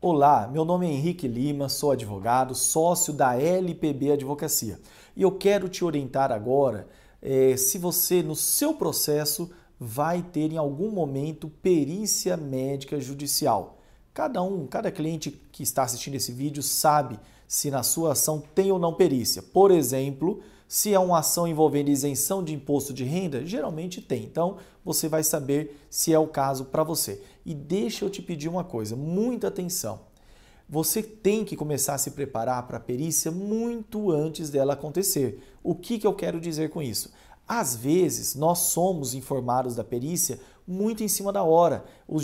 Olá, meu nome é Henrique Lima, sou advogado, sócio da LPB Advocacia. E eu quero te orientar agora se você, no seu processo, vai ter em algum momento perícia médica judicial. Cada cliente que está assistindo esse vídeo sabe se na sua ação tem ou não perícia. Por exemplo, se é uma ação envolvendo isenção de imposto de renda, geralmente tem. Então, você vai saber se é o caso para você. E deixa eu te pedir uma coisa, muita atenção. Você tem que começar a se preparar para a perícia muito antes dela acontecer. O que eu quero dizer com isso? Às vezes, nós somos informados da perícia muito em cima da hora.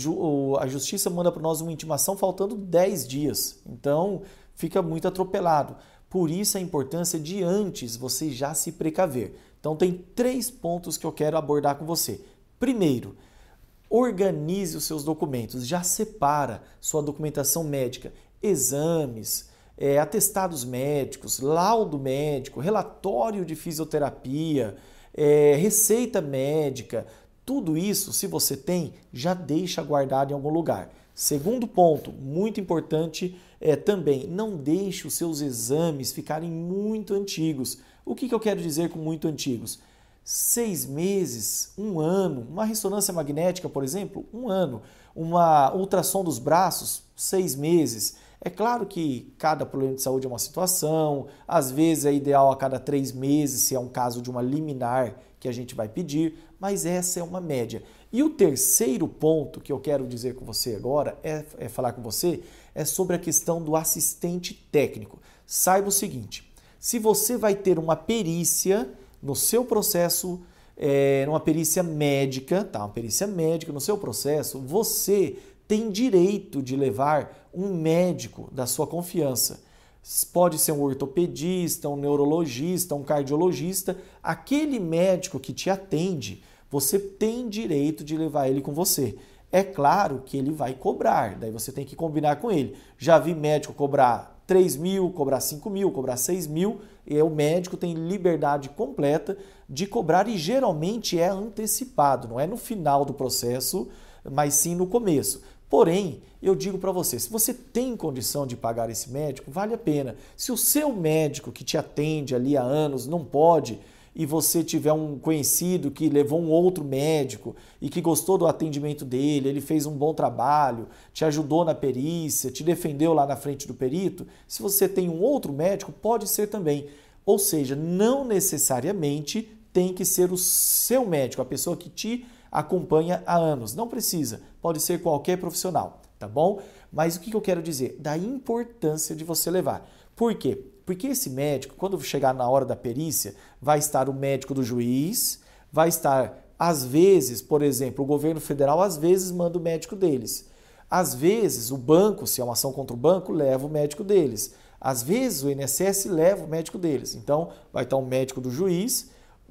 A justiça manda para nós uma intimação faltando 10 dias. Então, fica muito atropelado. Por isso a importância de antes você já se precaver. Então tem 3 pontos que eu quero abordar com você. Primeiro, organize os seus documentos, já separa sua documentação médica, exames, atestados médicos, laudo médico, relatório de fisioterapia, receita médica, tudo isso, se você tem, já deixa guardado em algum lugar. Segundo ponto, muito importante, também não deixe os seus exames ficarem muito antigos. O que eu quero dizer com muito antigos? 6 meses, 1 ano, uma ressonância magnética, por exemplo, 1 ano, uma ultrassom dos braços, 6 meses. É claro que cada problema de saúde é uma situação, às vezes é ideal a cada 3 meses, se é um caso de uma liminar que a gente vai pedir, mas essa é uma média. E o terceiro ponto que eu quero dizer com você agora, falar com você, é sobre a questão do assistente técnico. Saiba o seguinte, se você vai ter uma perícia no seu processo, uma perícia médica, tá? Uma perícia médica no seu processo, você tem direito de levar um médico da sua confiança. Pode ser um ortopedista, um neurologista, um cardiologista, aquele médico que te atende, você tem direito de levar ele com você. É claro que ele vai cobrar, daí você tem que combinar com ele. Já vi médico cobrar 3 mil, cobrar 5 mil, cobrar 6 mil, e o médico tem liberdade completa de cobrar e geralmente é antecipado, não é no final do processo, mas sim no começo. Porém, eu digo para você, se você tem condição de pagar esse médico, vale a pena. Se o seu médico que te atende ali há anos não pode e você tiver um conhecido que levou um outro médico e que gostou do atendimento dele, ele fez um bom trabalho, te ajudou na perícia, te defendeu lá na frente do perito, se você tem um outro médico, pode ser também. Ou seja, não necessariamente tem que ser o seu médico, a pessoa que te acompanha há anos. Não precisa, pode ser qualquer profissional, tá bom? Mas o que eu quero dizer? Da importância de você levar. Por quê? Porque esse médico, quando chegar na hora da perícia, vai estar o médico do juiz, vai estar, às vezes, por exemplo, o governo federal, às vezes manda o médico deles. Às vezes, o banco, se é uma ação contra o banco, leva o médico deles. Às vezes, o INSS leva o médico deles. Então, vai estar o médico do juiz,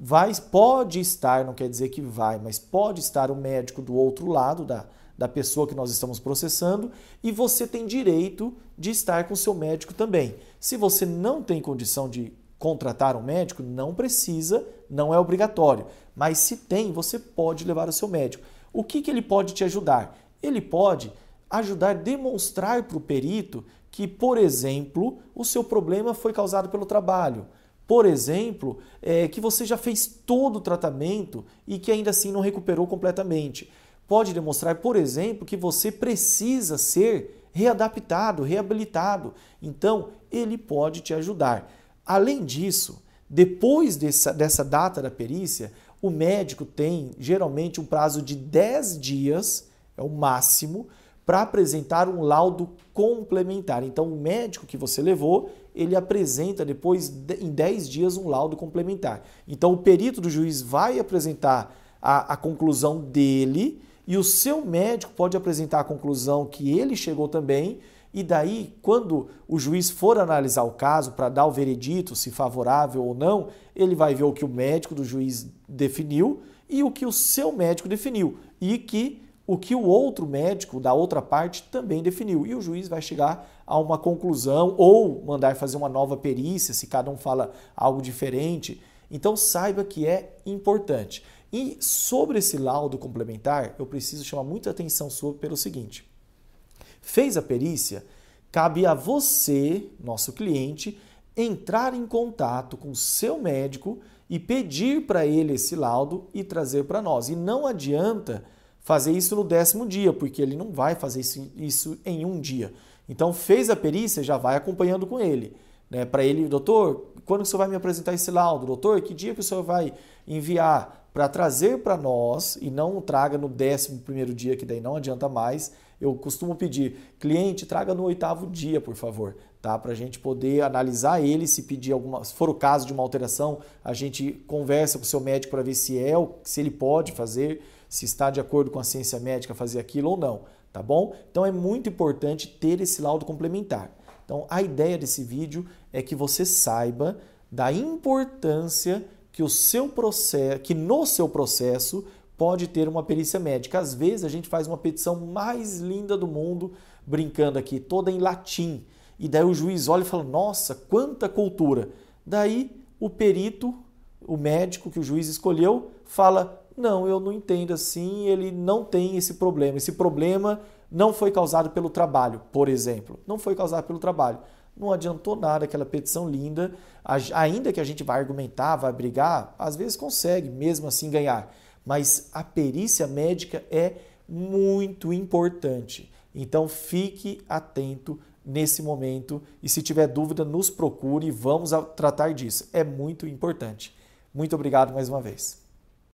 pode estar, não quer dizer que vai, mas pode estar o médico do outro lado da pessoa que nós estamos processando e você tem direito de estar com o seu médico também. Se você não tem condição de contratar um médico, não precisa, não é obrigatório. Mas se tem, você pode levar o seu médico. O que ele pode te ajudar? Ele pode ajudar a demonstrar para o perito que, por exemplo, o seu problema foi causado pelo trabalho. Por exemplo, que você já fez todo o tratamento e que ainda assim não recuperou completamente. Pode demonstrar, por exemplo, que você precisa ser readaptado, reabilitado. Então, ele pode te ajudar. Além disso, depois dessa data da perícia, o médico tem geralmente um prazo de 10 dias, é o máximo, para apresentar um laudo complementar. Então, o médico que você levou, ele apresenta depois, em 10 dias, um laudo complementar. Então, o perito do juiz vai apresentar a conclusão dele e o seu médico pode apresentar a conclusão que ele chegou também e daí, quando o juiz for analisar o caso para dar o veredito, se favorável ou não, ele vai ver o que o médico do juiz definiu e o que o seu médico definiu e o que o outro médico da outra parte também definiu. E o juiz vai chegar a uma conclusão ou mandar fazer uma nova perícia, se cada um fala algo diferente. Então saiba que é importante. E sobre esse laudo complementar, eu preciso chamar muita atenção sua pelo seguinte. Fez a perícia, Cabe a você, nosso cliente, entrar em contato com o seu médico e pedir para ele esse laudo e trazer para nós. E não adianta fazer isso no 10º dia, porque ele não vai fazer isso em um dia. Então, fez a perícia, já vai acompanhando com ele. Né? Para ele, doutor, quando o senhor vai me apresentar esse laudo? Doutor, que dia que o senhor vai enviar? Para trazer para nós, e não traga no 11º dia, que daí não adianta mais. Eu costumo pedir, cliente, traga no 8º dia, por favor, tá? Para a gente poder analisar ele, se pedir alguma, se for o caso de uma alteração, a gente conversa com o seu médico para ver se ele pode fazer, se está de acordo com a ciência médica fazer aquilo ou não, tá bom? Então é muito importante ter esse laudo complementar. Então a ideia desse vídeo é que você saiba da importância que no seu processo pode ter uma perícia médica. Às vezes a gente faz uma petição mais linda do mundo, brincando aqui, toda em latim. E daí o juiz olha e fala, nossa, quanta cultura. Daí o perito, o médico que o juiz escolheu, fala, não, eu não entendo assim, ele não tem esse problema. Esse problema não foi causado pelo trabalho, por exemplo. Não foi causado pelo trabalho. Não adiantou nada aquela petição linda, ainda que a gente vai argumentar, vai brigar, às vezes consegue mesmo assim ganhar. Mas a perícia médica é muito importante. Então fique atento nesse momento e se tiver dúvida, nos procure e vamos tratar disso. É muito importante. Muito obrigado mais uma vez.